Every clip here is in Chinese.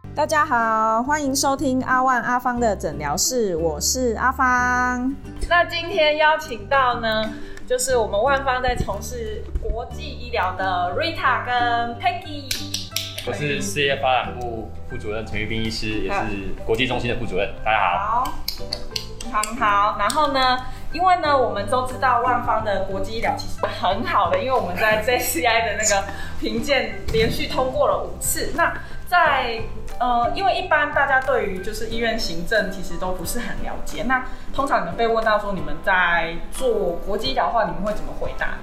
大家好，欢迎收听阿万阿芳的诊疗室，我是阿芳。 那今天邀请到呢，就是我们万芳在从事国际医疗的 Rita 跟 Peggy。 我是事业发展部副主任陈玉斌医师，也是国际中心的副主任。大家好。 好。然后呢，因为呢，我们都知道万芳的国际医疗其实很好的，因为我们在 JCI 的那个评鉴连续通过了5次。那在因为一般大家对于就是医院行政其实都不是很了解。那通常你们被问到说你们在做国际医疗的话，你们会怎么回答呢？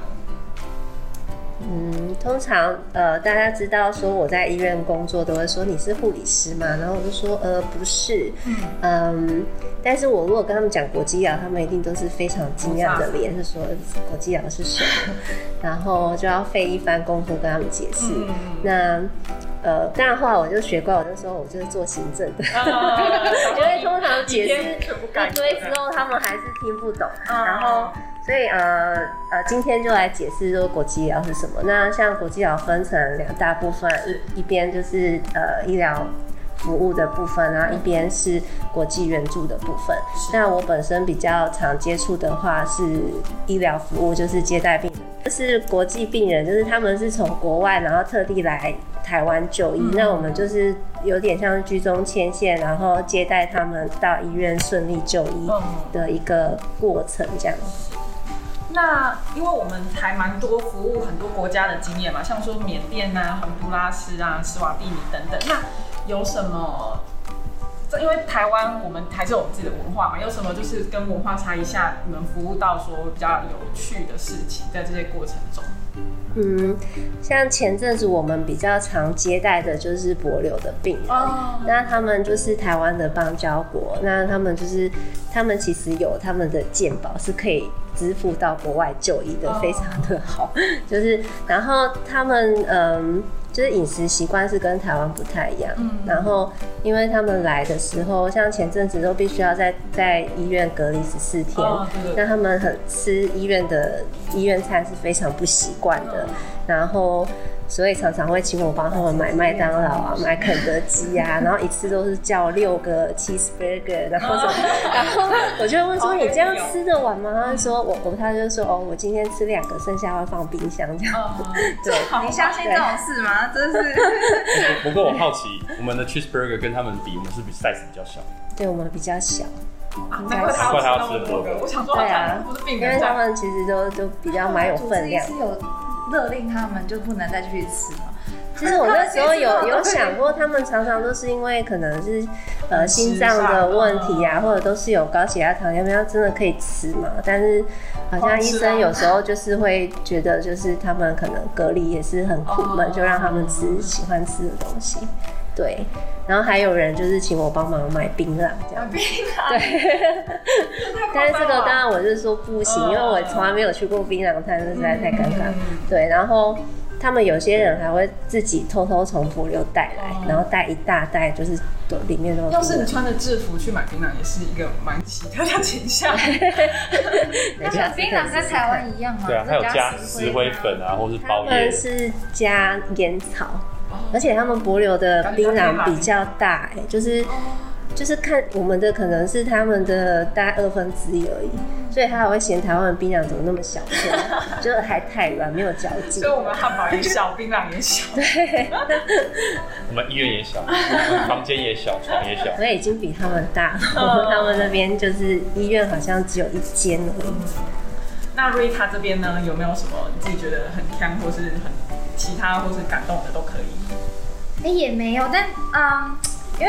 通常大家知道说我在医院工作都会说你是护理师嘛，然后我就说不是，但是我如果跟他们讲国际医疗，他们一定都是非常惊讶的脸，是说国际医疗是什么，然后就要费一番功夫跟他们解释。那当然后来我就学乖，我就说我就是做行政的，因为通常解释一堆之后，他们还是听不懂，然后。所以今天就来解释说国际医疗是什么。那像国际医疗分成2大部分，一边就是医疗服务的部分，然后一边是国际援助的部分。那我本身比较常接触的话是医疗服务，就是接待病人，就是国际病人，就是他们是从国外然后特地来台湾就医，那我们就是有点像居中牵线，然后接待他们到医院顺利就医的一个过程这样。 那因为我们还蛮多服务很多国家的经验嘛，像说缅甸啊、洪都拉斯啊、史瓦蒂尼等等。那有什么？因为台湾我们还是有我们自己的文化嘛，有什么就是跟文化差异下，你们服务到说比较有趣的事情，在这些过程中？ 像前阵子我们比较常接待的就是帛琉的病人，那他们就是台湾的邦交国，那他们其实有他们的健保是可以支付到国外就医的，非常的好，就是然后他们就是饮食习惯是跟台湾不太一样，然后因为他们来的时候，像前阵子都必须要在医院隔离14天，那他们吃医院餐是非常不习惯的，然后所以常常会请我帮他们买麦当劳啊，买肯德基啊，然后一次都是叫6个 cheeseburger， 然后我就会问说你这样吃得完吗？他就说他就说我今天吃2个，剩下会放冰箱这样。对， 你相信这种事吗？真是。 不过我好奇，我们的 cheeseburger 跟他们比，我们是不是 size 比较小？ 对，我们比较小。 难怪他要吃那么多个。我想说，不是病人， 因为他们其实都比较蛮有分量。 是有勒令他们就不能再继续吃吗？ 其实我那时候有想过，他们常常都是因为可能是心脏的问题啊，或者都是有高血压、糖尿病，真的可以吃嘛？但是好像医生有时候就是会觉得，就是他们可能隔离也是很苦闷，就让他们吃喜欢吃的东西。对，然后还有人就是请我帮忙买槟榔这样。 槟榔。 对。但是这个当然我就说不行，因为我从来没有去过槟榔摊，实在太尴尬。对，然后他们有些人还会自己偷偷从帛琉带来，然后带一大袋，就是里面都有。 要是你穿着制服去买槟榔，也是一个蛮奇特的倾向。 那槟榔跟台湾一样吗？ 对啊，还有加石灰粉啊，或是包叶。 他们是加烟草。而且他们帛琉的槟榔比较大，就是看我们的可能是他们的大概1/2而已，所以他还会嫌台湾的槟榔怎么那么小颗，就还太软没有嚼劲。 所以我们汉堡也小，槟榔也小。 对， 我们医院也小，房间也小，床也小。 所以已经比他们大了。他们那边就是医院好像只有1间而已。 那 Rita 这边呢，有没有什么你自己觉得很强，或是很其他或是感动的都可以？ 也没有，但因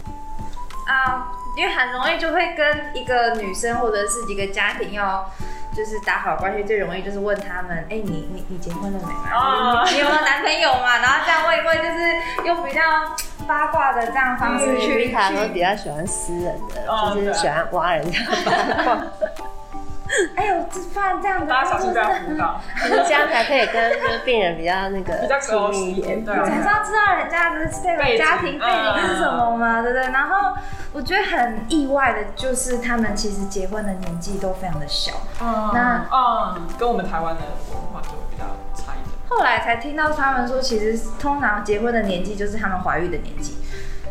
为很容易就会跟一个女生或者是几个家庭要就是打好关系，最容易就是问他们，你结婚了没嘛？你有没有男朋友嘛？然后这样问一问，就是用比较八卦的这样的方式去。 他们比较喜欢私人的，就是喜欢挖人家八卦。 哎呦，不然这样大家小心不要辅导， 这样才可以跟就是病人比较那个亲密一点， 对，才是要知道人家的这个家庭背景是什么嘛，对不对？然后我觉得很意外的就是他们其实结婚的年纪都非常的小， 跟我们台湾的文化就比较差一点。 后来才听到他们说，其实通常结婚的年纪就是他们怀孕的年纪。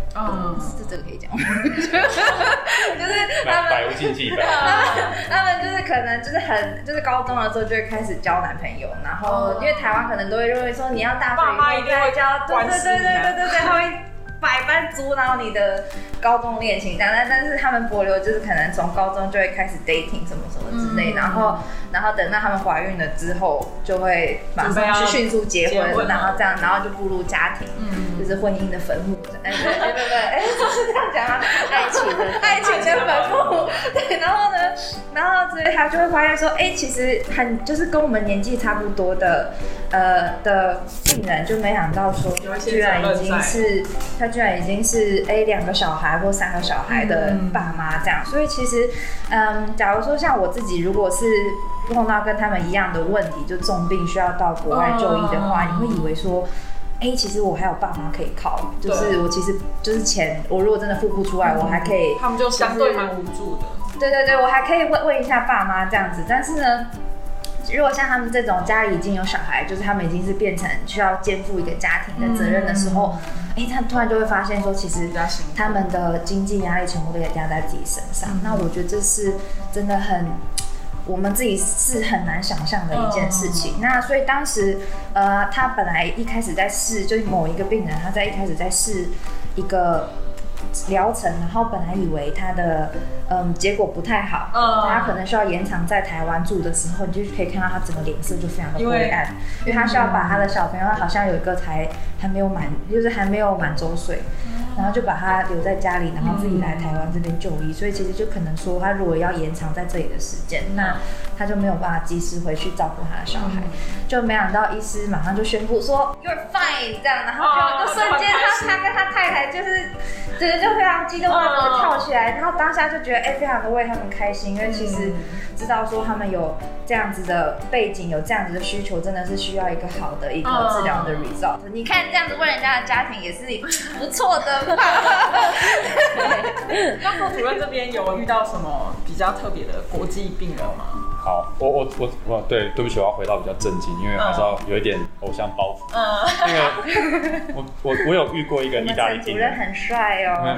这个可以讲，就是他们百无禁忌的。 他们就是可能就是高中的时候就会开始交男朋友，然后因为台湾可能都会认为说你要大学以后再交，对，他会百般阻挠你的高中恋情，但是他们帛琉就是可能从高中就会开始 dating 什么什么之类，然后等到他们怀孕了之后，就会马上去迅速结婚，然后这样，然后就步入家庭，就是婚姻的坟墓。对，就是这样讲吗？爱情的坟墓。对，然后所以他就会发现说，其实就是跟我们年纪差不多的病人，就没想到说，他居然已经是2个小孩或3个小孩的爸妈这样，所以其实假如说像我自己，如果是碰到跟他们一样的问题，就重病需要到国外就医的话，你会以为说，其实我还有爸妈可以靠，就是我其实就是钱，我如果真的付不出来，我还可以， 他们就相对蛮无助的。 对，我还可以问一下爸妈这样子，但是呢，如果像他们这种家里已经有小孩，就是他们已经是变成需要肩负一个家庭的责任的时候，他突然就会发现说，其实他们的经济压力全部都压在自己身上。那我觉得这是真的我们自己是很难想象的一件事情。那所以当时他本来一开始在试，就是某一个病人他在一开始在试一个疗程，然后本来以为他的结果不太好，他可能需要延长在台湾住的时候，你就可以看到他整个脸色就非常的灰暗，因为他需要把他的小朋友，好像有一个还没有满周岁，然后就把他留在家里，然后自己来台湾这边就医，所以其实就可能说他如果要延长在这里的时间，那他就没有办法及时回去照顾他的小孩，就没想到医师马上就宣布说 You're fine 这样，然后就瞬间他跟他太太就是就非常激动的跳起来，然后当下就觉得非常的为他们开心，因为其实知道说他们有这样子的背景，有这样子的需求，真的是需要一个好的一个治疗的 result。你看这样子为人家的家庭也是不错的吧？ 那副主任这边有遇到什么比较特别的国际病人吗？ 好，我对不起，我要回到比较正经，因为还是要有一点偶像包袱。那个我有遇过一个意大利病人， 主任很帅哦。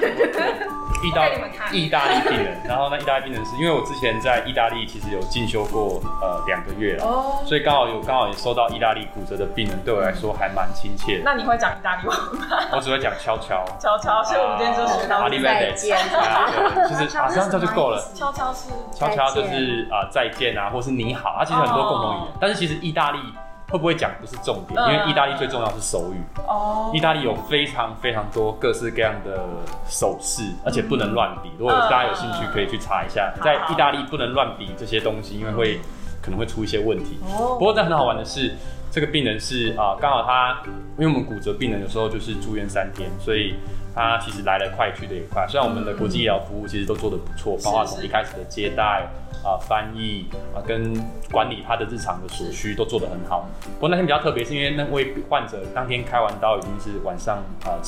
意大利病人，然后那意大利病人是因为我之前在意大利其实有进修过2个月了，所以刚好也收到意大利骨折的病人，对我来说还蛮亲切的。 那你会讲意大利文吗？ 我只会讲悄悄， 所以我们今天就学到再见，就是这样就够了。 悄悄就是再见啊，或是你好，它其实很多共同语言，但是其实意大利会不会讲不是重点，因为意大利最重要是手语。意大利有非常非常多各式各样的手势，而且不能乱比。如果大家有兴趣，可以去查一下，在意大利不能乱比这些东西，因为可能会出一些问题。不过，但很好玩的是，这个病人是刚好因为我们骨折病人有时候就是住院3天，所以他其实来得快，去得也快。虽然我们的国际医疗服务其实都做得不错，包括从一开始的接待。翻译跟管理他的日常的所需都做得很好。不过那天比较特别，是因为那位患者当天开完刀已经是晚上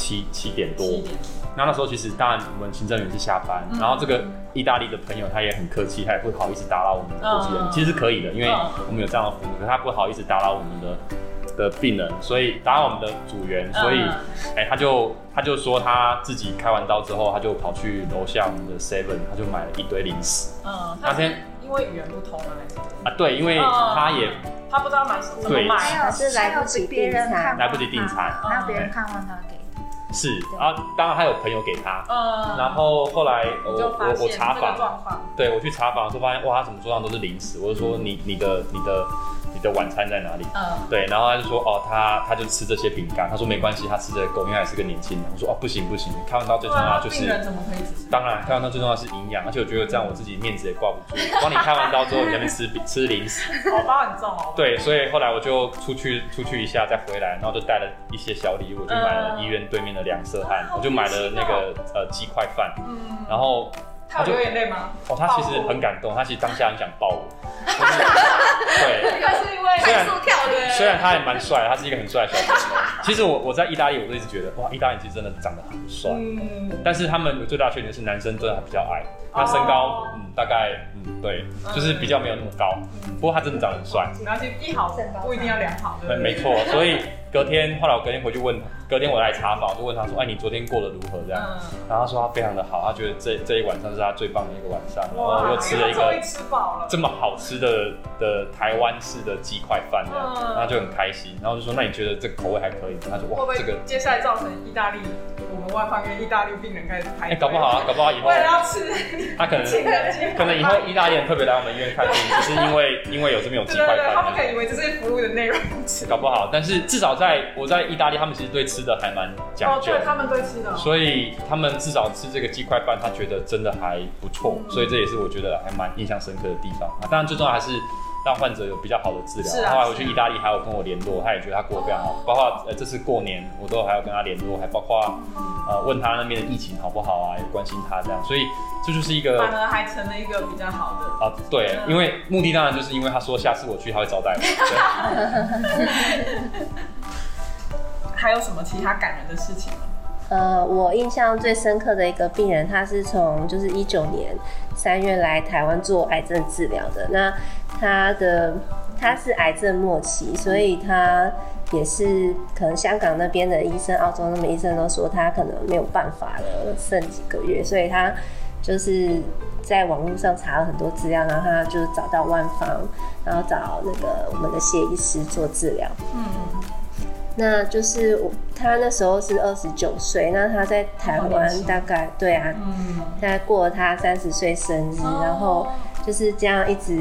7点多，那时候其实当然我们行政员是下班，然后这个意大利的朋友他也很客气，他也不好意思打扰我们的国际人，其实是可以的，因为我们有这样的服务，可是他不好意思打扰我们的病人，所以打扰我们的组员，所以他就说他自己开完刀之后，他就跑去楼下我们的 Seven， 他就买了一堆零食。 那天因为语言不通还是对，因为他不知道买什么，怎么买， 他是来不及订餐， 还有别人看望他给。 是当然他有朋友给他，然后后来我查访，对我去查访的时候发现，哇，他怎么桌上都是零食？我就说你的晚餐在哪里？对，然后他就说他就吃这些饼干，他说没关系，他吃这个够，因为他也是个年轻人。我说不行，开完刀最重要就是， 病人怎么可以只吃？ 当然开完刀最重要是营养，而且我觉得这样我自己面子也挂不住。帮你开完刀之后，你在那边吃零食， 包很重哦。 对，所以后来我就出去一下再回来，然后就带了一些小礼物，我就买了医院对面的2色汉，我就买了那个鸡块饭，然后他有流眼泪吗？ 他其实很感动，他其实当下很想抱我。 对，这个是因为快速跳的。 虽然他也蛮帅的，他是一个很帅的小朋友。其实我在意大利，我都一直觉得哇，意大利其实真的长得很帅。但是他们有最大的缺点是男生真的比较矮，他身高大概对，就是比较没有那么高，不过他真的长得很帅。 没关系，1好不一定要2好，对不对？ 没错，所以后来我隔天回去问，隔天我来查房，就问他说，你昨天过得如何这样？然后他说他非常的好，他觉得这一晚上是他最棒的一个晚上，然后又吃了一个这么好吃的台湾式的鸡块饭这样，然后就很开心，然后就说那你觉得这个口味还可以？他说哇，这个接下来造成意大利我们万芳医院意大利病人开始排队， 搞不好以后为了要吃， 他可能以后意大利人特别来我们医院看病，只是因为有这边有鸡块饭， 他们可能以为这是服务的内容， 搞不好，但是至少我在意大利，他们其实对吃的还蛮讲究， 对，他们对吃的， 所以他们至少吃这个鸡块饭，他觉得真的还不错，所以这也是我觉得还蛮印象深刻的地方。当然最重要还是让患者有比较好的治疗。后来我去意大利还有跟我联络，他也觉得他过得非常好，包括这次过年我都还要跟他联络，还包括问他那边的疫情好不好啊，也关心他这样，所以这就是一个反而还成了一个比较好的对，因为目的当然就是因为他说下次我去他会招待我。 还有什么其他感人的事情吗？ 我印象最深刻的一个病人，他是从就是19年3月来台湾做癌症治疗的。那他是癌症末期，所以他也是可能香港那边的医生、澳洲那边医生都说他可能没有办法了，剩几个月，所以他就是在网络上查了很多资料，然后他就找到万芳，然后找那个我们的谢医师做治疗。那就是他那时候是29岁，那他在台湾大概对啊，大概过了他30岁生日，然后就是这样一直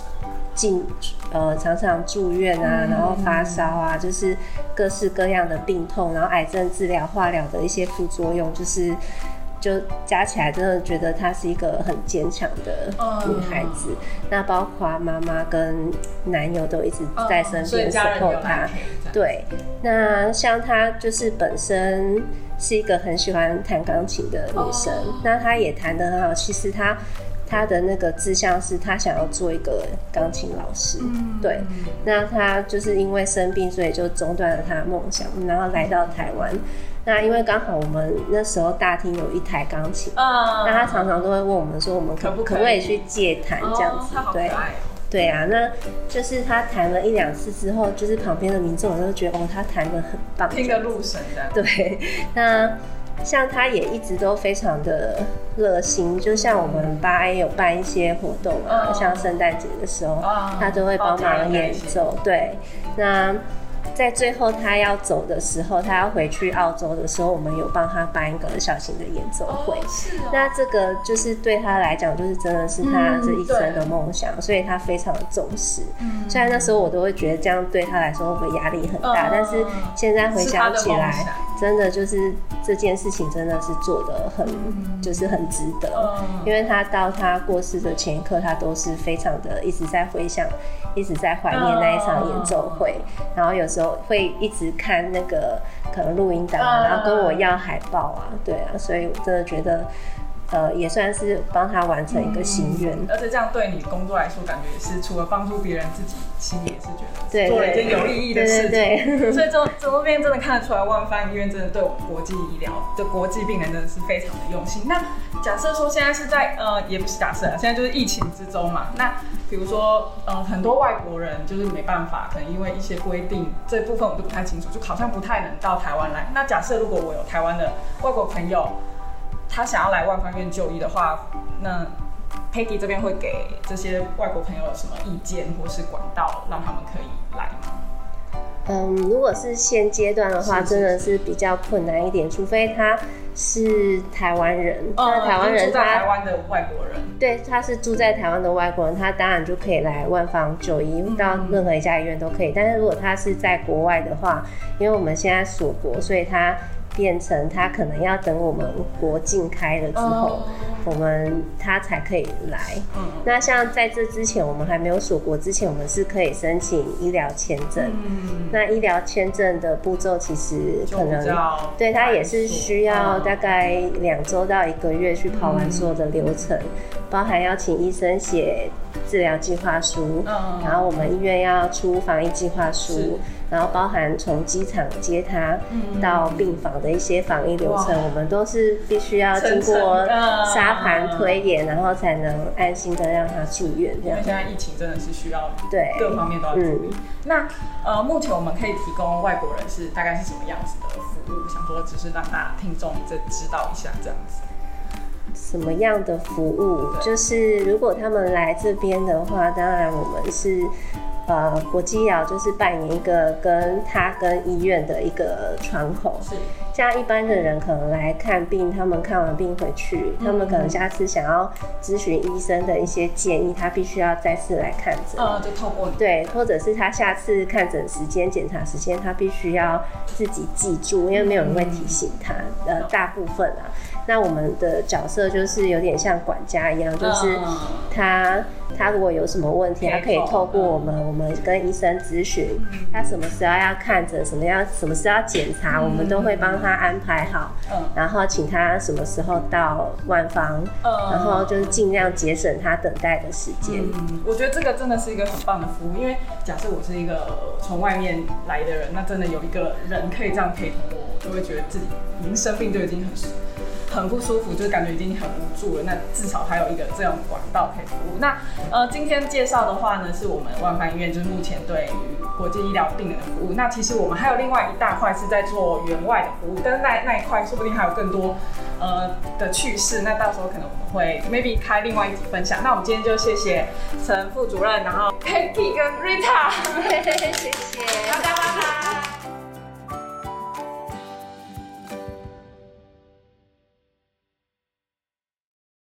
常常住院啊，然后发烧啊，就是各式各样的病痛，然后癌症治疗、化疗的一些副作用，就加起来，真的觉得她是一个很坚强的女孩子。那包括妈妈跟男友都一直在身边 support 她。对，那像她就是本身是一个很喜欢弹钢琴的女生，那她也弹得很好。其实她的那个志向是她想要做一个钢琴老师。对，那她就是因为生病，所以就中断了她的梦想，然后来到台湾。那因为刚好我们那时候大厅有一台钢琴，那他常常都会问我们说，我们可不可以去借弹这样子？对，对啊，那就是他弹了1-2次之后，就是旁边的民众都觉得他弹得很棒， 听得入神的。对， 那像他也一直都非常的热心，就像我们8A 有办一些活动啊，像圣诞节的时候，他都会帮忙演奏。对，那在最后他要走的时候，他要回去澳洲的时候，我们有帮他办一个小型的演奏会。那这个就是对他来讲，就是真的是他这一生的梦想，所以他非常的重视。虽然那时候我都会觉得这样对他来说会压力很大，但是现在回想起来，真的就是这件事情真的是做得就是很值得。因为他到他过世的前一刻，他都是非常的一直在回想，一直在怀念那一场演奏会，然后有时候会一直看那个可能录音档，然后跟我要海报啊，对啊，所以我真的觉得也算是帮他完成一个心愿。 而且这样对你工作来说，感觉也是除了帮助别人，自己心里也是觉得做了一件有意义的事情。对，所以这边真的看得出来，万芳医院真的对我们国际医疗的国际病人真的是非常的用心。那假设说现在是在也不是假设，现在就是疫情之中嘛。那比如说很多外国人就是没办法，可能因为一些规定，这部分我就不太清楚，就好像不太能到台湾来。那假设如果我有台湾的外国朋友，他想要来万芳院就医的话，那 Peggy 这边会给这些外国朋友有什么意见或是管道，让他们可以来吗？ 如果是现阶段的话，真的是比较困难一点，除非他是台湾人。那台湾人， 住在台湾的外国人， 对，他是住在台湾的外国人，他当然就可以来万芳就医，到任何一家医院都可以。但是如果他是在国外的话，因为我们现在锁国，所以他变成他可能要等我们国境开了之后，他才可以来。那像在这之前，我们还没有锁国之前，我们是可以申请医疗签证。那医疗签证的步骤其实可能对他也是需要大概2周到1个月去跑完所有的流程，包含要请医生写治疗计划书，然后我们医院要出防疫计划书，然后包含从机场接他到病房的一些防疫流程，我们都是必须要经过沙大盘推演，然后才能安心的让他进院这样。 因为现在疫情真的是需要对各方面都要注意。那目前我们可以提供外国人是大概是什么样子的服务？想说只是让大家听众知道一下这样子。 什么样的服务？就是如果他们来这边的话，当然我们是国际医疗就是扮演一个跟医院的一个窗口。是。像一般的人可能来看病，他们看完病回去，他们可能下次想要咨询医生的一些建议，他必须要再次来看诊。 就透过你。 对，或者是他下次看诊时间、检查时间，他必须要自己记住，因为没有人会提醒他。大部分啊。那我们的角色就是有点像管家一样，就是他如果有什么问题，他可以透过我们跟医生咨询，他什么时候要看诊，什么时候要检查，我们都会帮他安排好，然后请他什么时候到万方，然后就是尽量节省他等待的时间。 我觉得这个真的是一个很棒的服务，因为假设我是一个从外面来的人，那真的有一个人可以这样陪同我就会觉得自己已经生病就已经很不舒服，就是感觉已经很无助了。那至少还有一个这样管道可以服务。那今天介绍的话呢，是我们万方医院就是目前对于国际医疗病人的服务。那其实我们还有另外一大块是在做员外的服务，但是那一块说不定还有更多的趣事。那到时候可能我们会 maybe 开另外一集分享。那我们今天就谢谢陈副主任，然后 Peggy 跟 Rita， 谢谢， 大家拜拜。